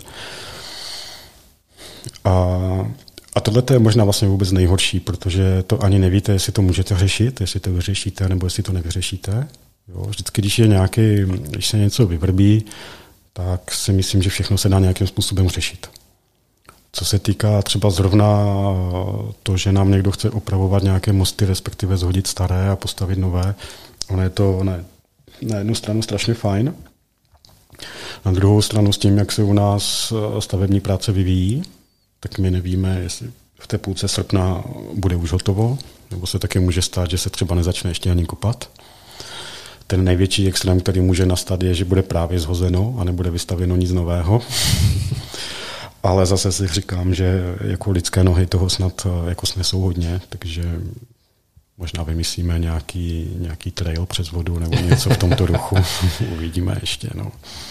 A tohle je možná vlastně vůbec nejhorší, protože to ani nevíte, jestli to můžete řešit, jestli to vyřešíte, nebo jestli to nevyřešíte. Jo, vždycky, když se něco vyvrbí, tak si myslím, že všechno se dá nějakým způsobem řešit. Co se týká třeba zrovna to, že nám někdo chce opravovat nějaké mosty, respektive zhodit staré a postavit nové, ono je to na jednu stranu strašně fajn. Na druhou stranu s tím, jak se u nás stavební práce vyvíjí, tak my nevíme, jestli v té půlce srpna bude už hotovo, nebo se taky může stát, že se třeba nezačne ještě ani kopat. Ten největší extrém, který může nastat, je, že bude právě zhozeno a nebude vystavěno nic nového. Ale zase si říkám, že jako lidské nohy toho snad jako snesou hodně, takže možná vymyslíme nějaký trail přes vodu nebo něco v tomto duchu. Uvidíme ještě. No.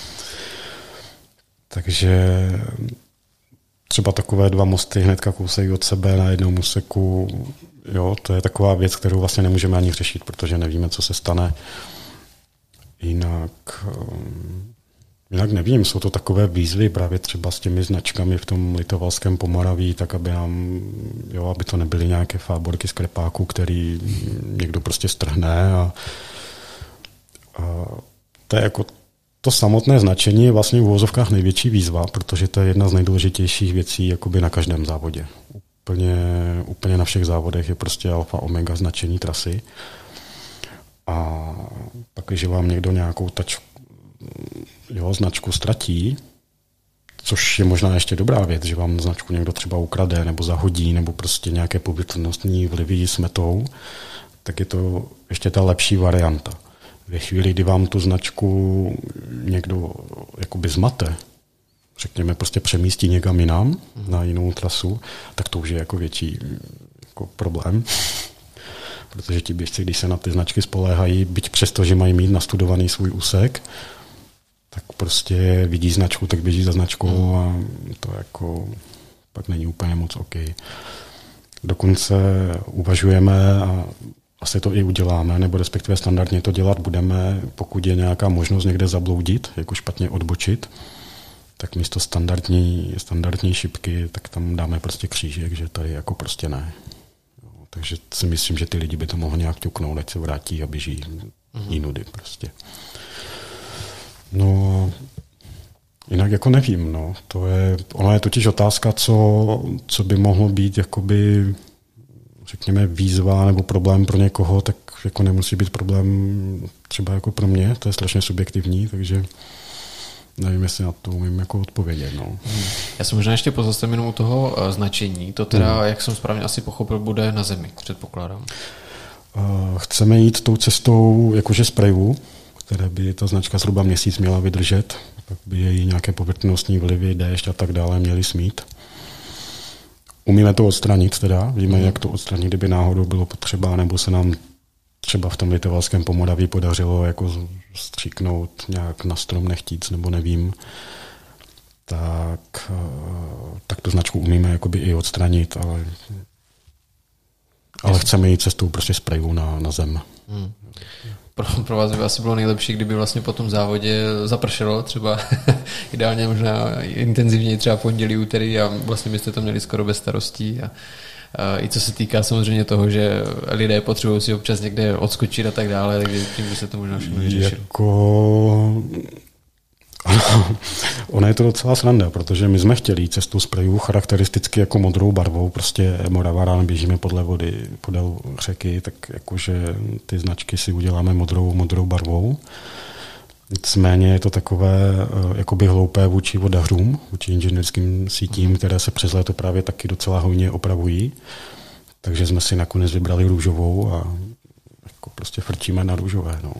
Takže třeba takové 2 mosty hnedka kousejí od sebe na jednom úseku. Jo, to je taková věc, kterou vlastně nemůžeme ani řešit, protože nevíme, co se stane. Jinak nevím, jsou to takové výzvy právě třeba s těmi značkami v tom Litovalském Pomoraví, tak aby aby to nebyly nějaké fáborky z krepáku, který někdo prostě strhne a to je jako to samotné značení je vlastně v uvozovkách největší výzva, protože to je jedna z nejdůležitějších věcí jakoby na každém závodě. Úplně na všech závodech je prostě alfa omega značení trasy. A pak, když vám někdo nějakou značku ztratí, což je možná ještě dobrá věc, že vám značku někdo třeba ukrade nebo zahodí, nebo prostě nějaké povětrnostní vlivy smetou, tak je to ještě ta lepší varianta. Ve chvíli, kdy vám tu značku někdo jakoby zmate, řekněme prostě přemístí někam jinam, na jinou trasu, tak to už je jako větší jako problém. Protože ti běžci, když se na ty značky spoléhají, byť přesto, že mají mít nastudovaný svůj úsek, tak prostě vidí značku, tak běží za značkou a to jako pak není úplně moc OK. Dokonce uvažujeme a asi to i uděláme, nebo respektive standardně to dělat budeme, pokud je nějaká možnost někde zabloudit, jako špatně odbočit, tak místo standardní šipky, tak tam dáme prostě křížek, že tady jako prostě ne. Takže si myslím, že ty lidi by to mohlo nějak ťuknout, ať se vrátí a běží jinudy prostě. No, jinak jako nevím, no. Ona je totiž otázka, co by mohlo být jakoby, řekněme, výzva nebo problém pro někoho, tak jako nemusí být problém třeba jako pro mě, to je strašně subjektivní, takže nevím, jestli na to umím jako odpovědět. No. Já jsem možná ještě pozastavím jenom u toho značení. To teda, jak jsem správně asi pochopil, bude na zemi, předpokládám. Chceme jít tou cestou jakože sprejů, které by ta značka zhruba měsíc měla vydržet, pak by její nějaké povrchnostní vlivy, déšť a tak dále měly smít. Umíme to odstranit teda, víme, jak to odstranit, kdyby náhodou bylo potřeba, nebo se nám třeba v tom Litovalském Pomoraví podařilo jako stříknout nějak na strom nechtíc, nebo nevím, tak tu značku umíme jakoby i odstranit, ale chceme jít cestou prostě sprejů na zem. Pro vás by asi bylo nejlepší, kdyby vlastně po tom závodě zapršelo třeba ideálně možná intenzivněji třeba pondělí, úterý a vlastně byste to měli skoro bez starostí i co se týká samozřejmě toho, že lidé potřebují si občas někde odskočit a tak dále, takže tím by se to možná všechno vyřešilo. Ono je to docela sranda, protože my jsme chtěli cestu sprejů charakteristicky jako modrou barvou, prostě Moravarán, běžíme podle vody, podél řeky, tak jakože ty značky si uděláme modrou barvou. Nicméně je to takové jakoby hloupé vůči vodařům, vůči inženýrským sítím, které se přes léto právě taky docela hojně opravují. Takže jsme si nakonec vybrali růžovou a jako prostě frčíme na růžové. No.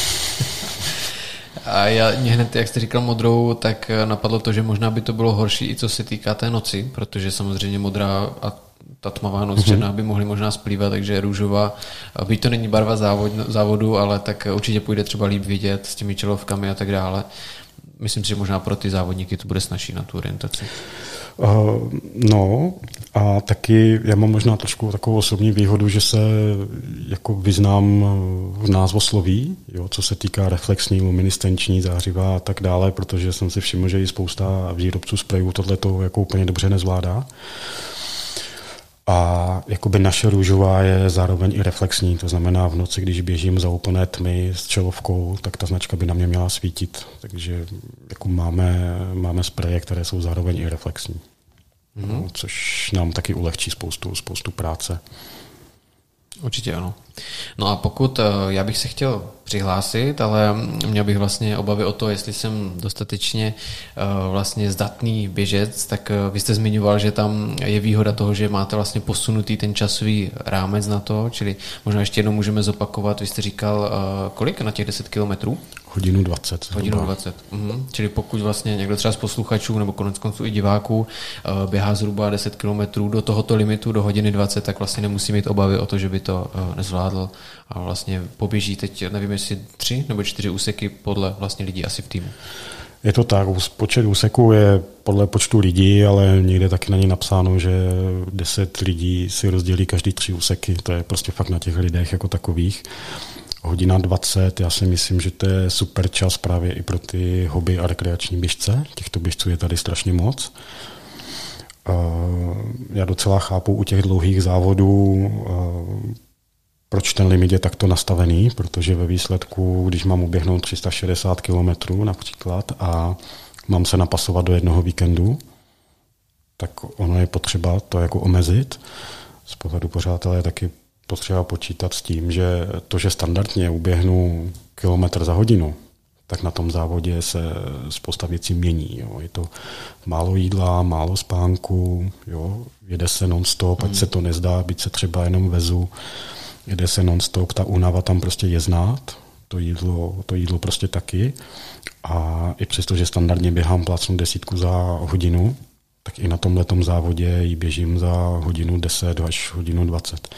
A mě hned, jak jste říkal modrou, tak napadlo to, že možná by to bylo horší i co se týká té noci, protože samozřejmě modrá a ta tmavá noc černá by mohly možná splývat, takže růžová, byť to není barva závodu, ale tak určitě půjde třeba líp vidět s těmi čelovkami a tak dále. Myslím si, že možná pro ty závodníky to bude snazší na tu orientaci. No a taky já mám možná trošku takovou osobní výhodu, že se jako vyznám v názvosloví, jo, co se týká reflexní, luminescenční, zářivá a tak dále, protože jsem si všiml, že i spousta výrobců sprejů tohleto jako úplně dobře nezvládá. A jakoby naše růžová je zároveň i reflexní, to znamená v noci, když běžím za úplné tmy s čelovkou, tak ta značka by na mě měla svítit. Takže jako máme spreje, které jsou zároveň i reflexní. No, což nám taky ulehčí spoustu práce. Určitě ano. No a pokud já bych se chtěl přihlásit, ale měl bych vlastně obavy o to, jestli jsem dostatečně vlastně zdatný běžec, tak vy jste zmiňoval, že tam je výhoda toho, že máte vlastně posunutý ten časový rámec na to, čili možná ještě jednou můžeme zopakovat, vy jste říkal kolik na těch 10 kilometrů? Hodinu 20. Hodinu 20. Čili pokud vlastně někdo třeba z posluchačů nebo koneckonců i diváků běhá zhruba 10 kilometrů do tohoto limitu, do hodiny 20, tak vlastně nemusí mít obavy o to, že by to nezvládl a vlastně poběží teď, nevím, jestli 3 nebo 4 úseky podle vlastně lidí asi v týmu. Je to tak, počet úseků je podle počtu lidí, ale někde taky na ní napsáno, že 10 lidí si rozdělí každý 3 úseky, to je prostě fakt na těch lidech jako takových. Hodina 20, já si myslím, že to je super čas právě i pro ty hobby a rekreační běžce. Těchto běžců je tady strašně moc. Já docela chápu u těch dlouhých závodů, proč ten limit je takto nastavený, protože ve výsledku, když mám uběhnout 360 km například a mám se napasovat do jednoho víkendu, tak ono je potřeba to jako omezit. Z pohledu pořadatele je taky potřeba počítat s tím, že to, že standardně uběhnu kilometr za hodinu, tak na tom závodě se spousta věcí mění. Jo. Je to málo jídla, málo spánku, jo. Jede se non-stop, ať se to nezdá, byť se třeba jenom vezu, jede se non-stop, ta únava tam prostě je znát, to jídlo prostě taky. A i přesto, že standardně běhám plácnu 10 za hodinu, tak i na tomhletom závodě ji běžím za hodinu 10 až hodinu 20.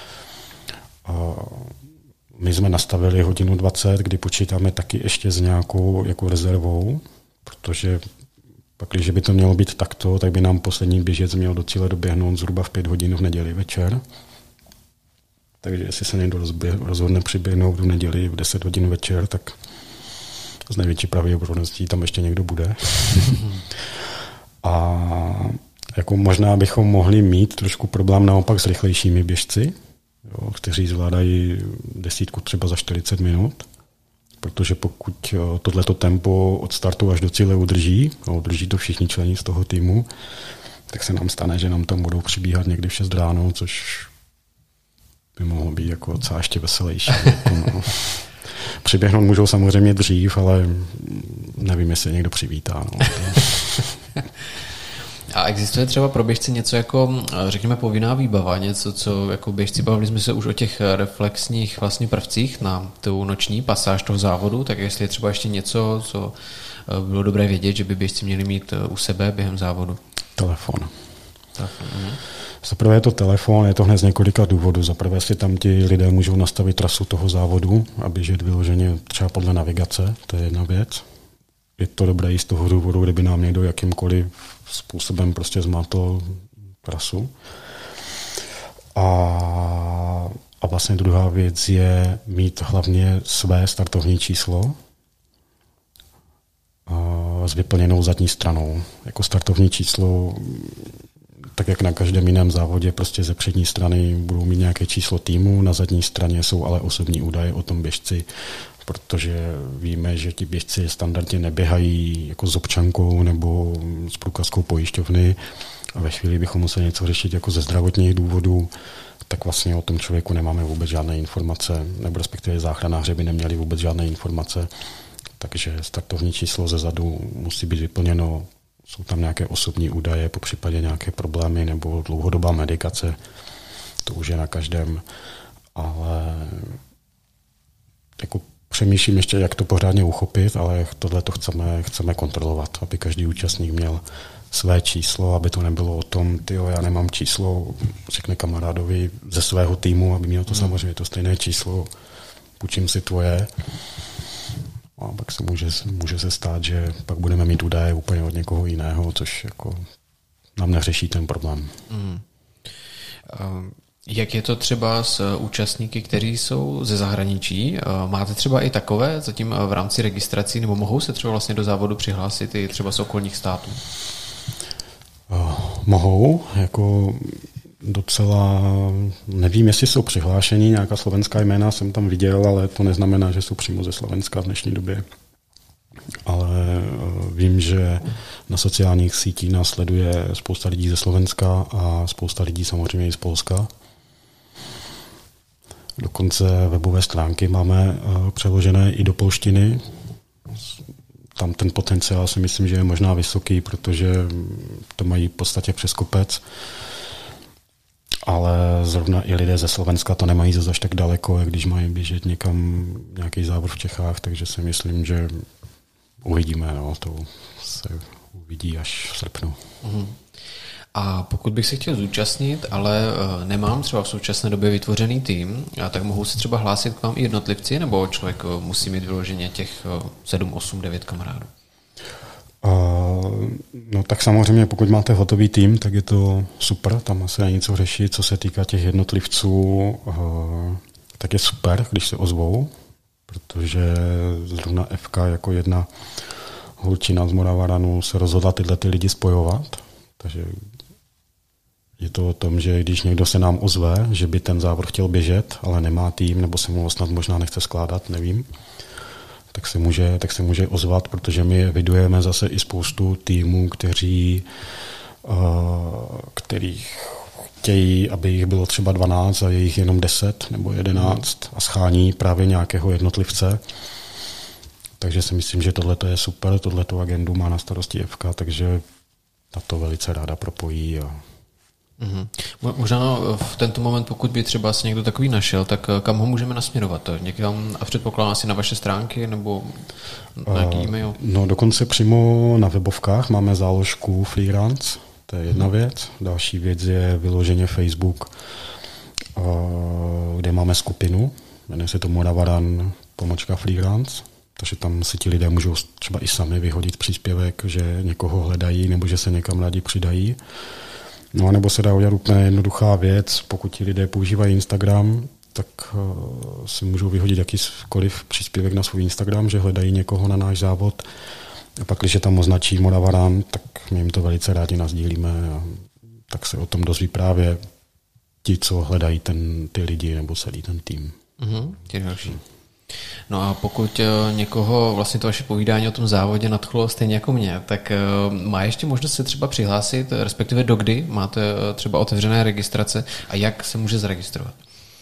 My jsme nastavili hodinu 20, kdy počítáme taky ještě s nějakou jako rezervou, protože pak, když by to mělo být takto, tak by nám poslední běžec měl do cíle doběhnout zhruba v 5 hodin v neděli večer. Takže jestli se někdo rozhodne přiběhnout v neděli v 10 hodin večer, tak z největší pravděpodobností tam ještě někdo bude. A jako možná bychom mohli mít trošku problém naopak s rychlejšími běžci, jo, kteří zvládají 10 třeba za 40 minut, protože pokud tohleto tempo od startu až do cíle udrží to všichni členi z toho týmu, tak se nám stane, že nám tam budou přibíhat někdy v 6 ráno, což by mohlo být jako docela ještě veselější. No. Přiběhnout můžou samozřejmě dřív, ale nevím, jestli někdo přivítá. No. A existuje třeba pro běžce něco jako, řekněme, povinná výbava, něco, co jako běžci, bavili jsme se už o těch reflexních vlastně prvcích na tu noční pasáž toho závodu, tak jestli je třeba ještě něco, co bylo dobré vědět, že by běžci měli mít u sebe během závodu? Telefon. Zaprvé je to telefon, je to hned z několika důvodů. Zaprvé si tam ti lidé můžou nastavit trasu toho závodu a běžet vyloženě třeba podle navigace, to je jedna věc. Je to dobré i z toho důvodu, kdyby nám někdo jakýmkoliv způsobem prostě zmátl trasu. A vlastně druhá věc je mít hlavně své startovní číslo s vyplněnou zadní stranou. Jako startovní číslo, tak jak na každém jiném závodě, prostě ze přední strany budou mít nějaké číslo týmu, na zadní straně jsou ale osobní údaje o tom běžci, protože víme, že ti běžci standardně neběhají jako s občankou nebo s průkazkou pojišťovny a ve chvíli bychom museli něco řešit jako ze zdravotních důvodů, tak vlastně o tom člověku nemáme vůbec žádné informace, nebo respektive záchranáři by neměli vůbec žádné informace, takže startovní číslo ze zadu musí být vyplněno, jsou tam nějaké osobní údaje, po případě nějaké problémy nebo dlouhodobá medikace, to už je na každém, ale jako přemýšlím ještě, jak to pořádně uchopit, ale tohle to chceme kontrolovat, aby každý účastník měl své číslo, aby to nebylo o tom, já nemám číslo, řekne kamarádovi ze svého týmu, aby měl to samozřejmě to stejné číslo, půjčím si tvoje. A pak se může se stát, že pak budeme mít údaje úplně od někoho jiného, což jako nám neřeší ten problém. Jak je to třeba s účastníky, kteří jsou ze zahraničí? Máte třeba i takové zatím v rámci registrací, nebo mohou se třeba vlastně do závodu přihlásit i třeba z okolních států? Mohou, jako docela, nevím, jestli jsou přihlášení, nějaká slovenská jména jsem tam viděl, ale to neznamená, že jsou přímo ze Slovenska v dnešní době. Ale vím, že na sociálních sítích nás sleduje spousta lidí ze Slovenska a spousta lidí samozřejmě i z Polska. Dokonce webové stránky máme přeložené i do polštiny. Tam ten potenciál si myslím, že je možná vysoký, protože to mají v podstatě přes kopec. Ale zrovna i lidé ze Slovenska to nemají zase až tak daleko, jak když mají běžet někam nějaký závod v Čechách, takže si myslím, že uvidíme, to se uvidí až v srpnu. A pokud bych se chtěl zúčastnit, ale nemám třeba v současné době vytvořený tým, tak mohou se třeba hlásit k vám i jednotlivci, nebo člověk musí mít vyloženě těch 7, 8, 9 kamarádů? No tak samozřejmě, pokud máte hotový tým, tak je to super, tam asi není co řešit. Co se týká těch jednotlivců, tak je super, když se ozvou, protože zrovna FK jako jedna holčina z Moravaranu se rozhodla tyhle lidi spojovat, takže je to o tom, že když někdo se nám ozve, že by ten závod chtěl běžet, ale nemá tým, nebo se mu snad možná nechce skládat, nevím, tak se může ozvat, protože my evidujeme zase i spoustu týmů, kterých chtějí, aby jich bylo třeba 12 a je jich jenom 10 nebo 11 a schání právě nějakého jednotlivce. Takže si myslím, že tohleto je super, tohleto agendu má na starosti FK, takže na to velice ráda propojí. Možná v tento moment, pokud by třeba si někdo takový našel, tak kam ho můžeme nasměrovat? Někam a předpokládám asi na vaše stránky nebo na nějaký e-mail? No dokonce přímo na webovkách máme záložku Freelance, to je jedna věc. Další věc je vyloženě Facebook, kde máme skupinu, jmenuje se to Moravaran_Freelance, takže tam si ti lidé můžou třeba i sami vyhodit příspěvek, že někoho hledají nebo že se někam rádi přidají. No a nebo se dá udělat úplně jednoduchá věc, pokud ti lidé používají Instagram, tak si můžou vyhodit jakýkoliv příspěvek na svůj Instagram, že hledají někoho na náš závod. A pak, když je tam označí Moravaran, tak my jim to velice rádi nasdílíme a tak se o tom dozví právě ti, co hledají ty lidi nebo celý ten tým. Ti další. No a pokud někoho vlastně to vaše povídání o tom závodě nadchlo stejně jako mě, tak má ještě možnost se třeba přihlásit, respektive dokdy máte třeba otevřené registrace a jak se může zaregistrovat?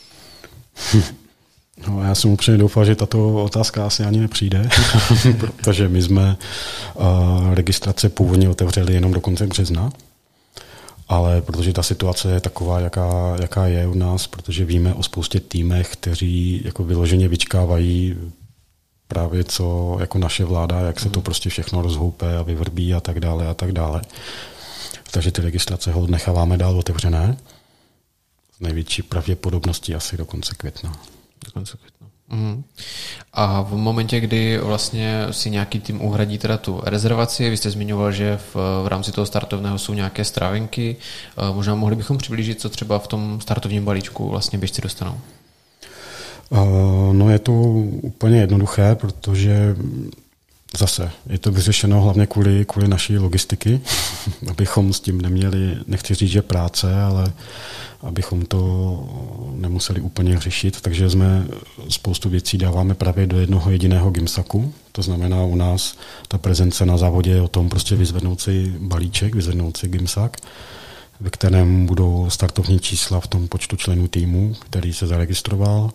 No, já jsem upřímně doufal, že tato otázka asi ani nepřijde, protože my jsme registrace původně otevřeli jenom do konce března, ale protože ta situace je taková, jaká je u nás, protože víme o spoustě týmech, kteří jako vyloženě vyčkávají právě co jako naše vláda, jak se to prostě všechno rozhoupe a vyvrbí a tak dále a tak dále. Takže ty registrace hold necháváme dál otevřené. S největší pravděpodobností asi do konce května. Do konce května. A v momentě, kdy vlastně si nějaký tým uhradí teda tu rezervaci, vy jste zmiňoval, že v rámci toho startovného jsou nějaké stravenky, možná mohli bychom přiblížit, co třeba v tom startovním balíčku vlastně běžci dostanou? No je to úplně jednoduché, protože Zase, je to vyřešeno hlavně kvůli naší logistiky, abychom s tím neměli, nechci říct, že práce, ale abychom to nemuseli úplně řešit, takže jsme spoustu věcí dáváme právě do jednoho jediného gymsaku, to znamená u nás ta prezence na závodě je o tom prostě vyzvednout si balíček, vyzvednout si gymsak, ve kterém budou startovní čísla v tom počtu členů týmu, který se zaregistroval.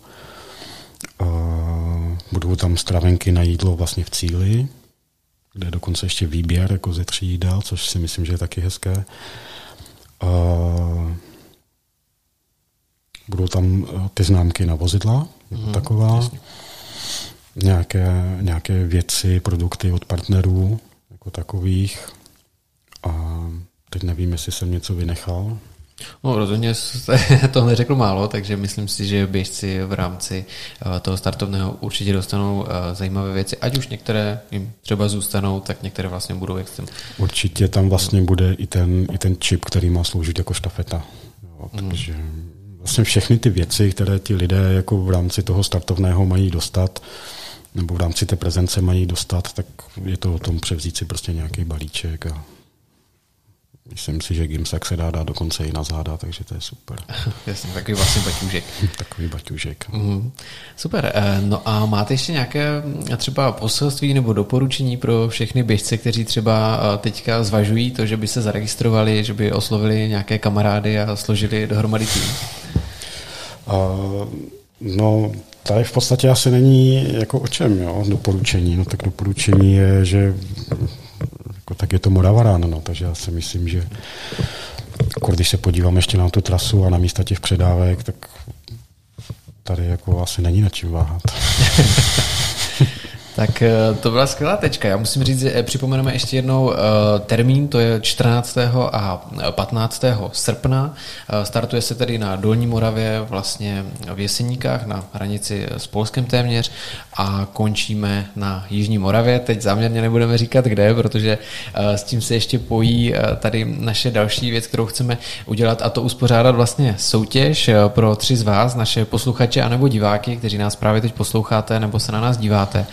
Budou tam stravenky na jídlo vlastně v cíli, kde je dokonce ještě výběr jako ze 3 jídel, což si myslím, že je taky hezké. Budou tam ty známky na vozidla, jako taková. Jasně. Nějaké věci, produkty od partnerů, jako takových. A teď nevím, jestli jsem něco vynechal. No, rozhodně to neřekl málo, takže myslím si, že běžci v rámci toho startovného určitě dostanou zajímavé věci, ať už některé jim třeba zůstanou, tak některé vlastně budou jak jsem. Určitě tam vlastně bude i ten čip, který má sloužit jako štafeta. Jo, takže vlastně všechny ty věci, které ti lidé jako v rámci toho startovného mají dostat, nebo v rámci té prezence mají dostat, tak je to o tom převzít si prostě nějaký balíček a myslím si, že gymsak se dá dát dokonce i na záda, takže to je super. Jasně, takový vlastně baťůžek. Takový baťůžek. Super. No a máte ještě nějaké třeba poselství nebo doporučení pro všechny běžce, kteří třeba teďka zvažují to, že by se zaregistrovali, že by oslovili nějaké kamarády a složili dohromady tým? No, tady v podstatě asi není jako o čem, jo, doporučení. No tak doporučení je, že tak je to Moravaran, no, takže já si myslím, že když se podívám ještě na tu trasu a na místa těch předávek, tak tady jako asi není na čím váhat. Tak to byla skvělá tečka. Já musím říct, že připomeneme ještě jednou termín, to je 14. a 15. srpna. Startuje se tedy na Dolní Moravě, vlastně v Jeseníkách, na hranici s Polskem téměř, a končíme na Jižní Moravě. Teď záměrně nebudeme říkat kde, protože s tím se ještě pojí tady naše další věc, kterou chceme udělat, a to uspořádat vlastně soutěž pro 3 z vás, naše posluchače anebo diváky, kteří nás právě teď posloucháte nebo se na nás díváte.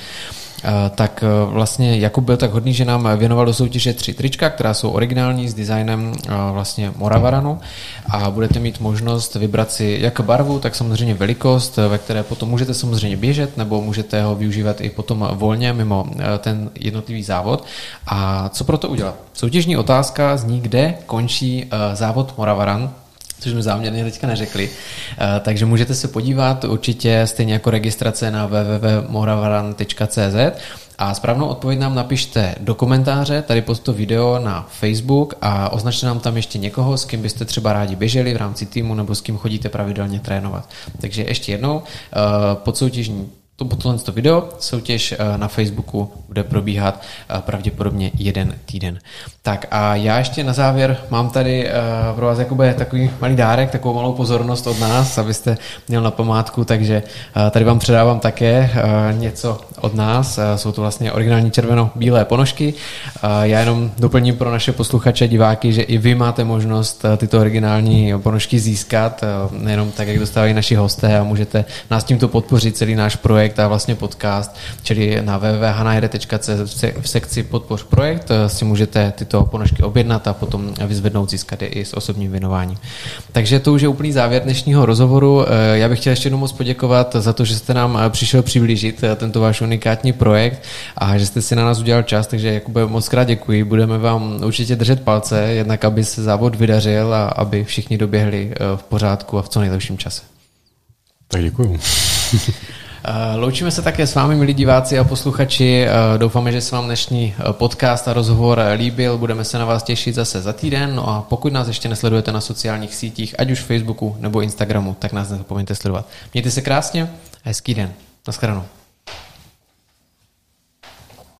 Tak vlastně Jakub byl tak hodný, že nám věnoval do soutěže 3 trička, která jsou originální s designem vlastně Moravaranu, a budete mít možnost vybrat si jak barvu, tak samozřejmě velikost, ve které potom můžete samozřejmě běžet, nebo můžete ho využívat i potom volně mimo ten jednotlivý závod. A co pro to udělat? Soutěžní otázka zní, kde končí závod Moravaran, což jsme záměrně teďka neřekli. Takže můžete se podívat určitě stejně jako registrace na www.moravaran.cz a správnou odpověď nám napište do komentáře tady pod to video na Facebook a označte nám tam ještě někoho, s kým byste třeba rádi běželi v rámci týmu nebo s kým chodíte pravidelně trénovat. Takže ještě jednou pod soutěžní tohle video soutěž na Facebooku bude probíhat pravděpodobně 1 týden. Tak a já ještě na závěr mám tady pro vás Jakube takový malý dárek, takovou malou pozornost od nás, abyste měl na památku, takže tady vám předávám také něco od nás. Jsou to vlastně originální červeno-bílé ponožky. Já jenom doplním pro naše posluchače, diváky, že i vy máte možnost tyto originální ponožky získat, nejenom tak, jak dostávají naši hosté, a můžete nás tímto podpořit celý náš projekt a vlastně podcast, čili na www.hanajede.cz v sekci Podpoř projekt si můžete tyto ponožky objednat a potom vyzvednout, získat je i s osobním věnováním. Takže to už je úplný závěr dnešního rozhovoru. Já bych chtěl ještě jednou moc poděkovat za to, že jste nám přišel přiblížit tento váš unikátní projekt a že jste si na nás udělal čas, takže Jakube, moc krát děkuji. Budeme vám určitě držet palce, jednak aby se závod vydařil a aby všichni doběhli v pořádku a v co nejlepším čase. Tak děkuju. Loučíme se také s vámi, milí diváci a posluchači. Doufáme, že se vám dnešní podcast a rozhovor líbil. Budeme se na vás těšit zase za týden. No a pokud nás ještě nesledujete na sociálních sítích, ať už Facebooku nebo Instagramu, tak nás nezapomeňte sledovat. Mějte se krásně a hezký den. Naschledanou.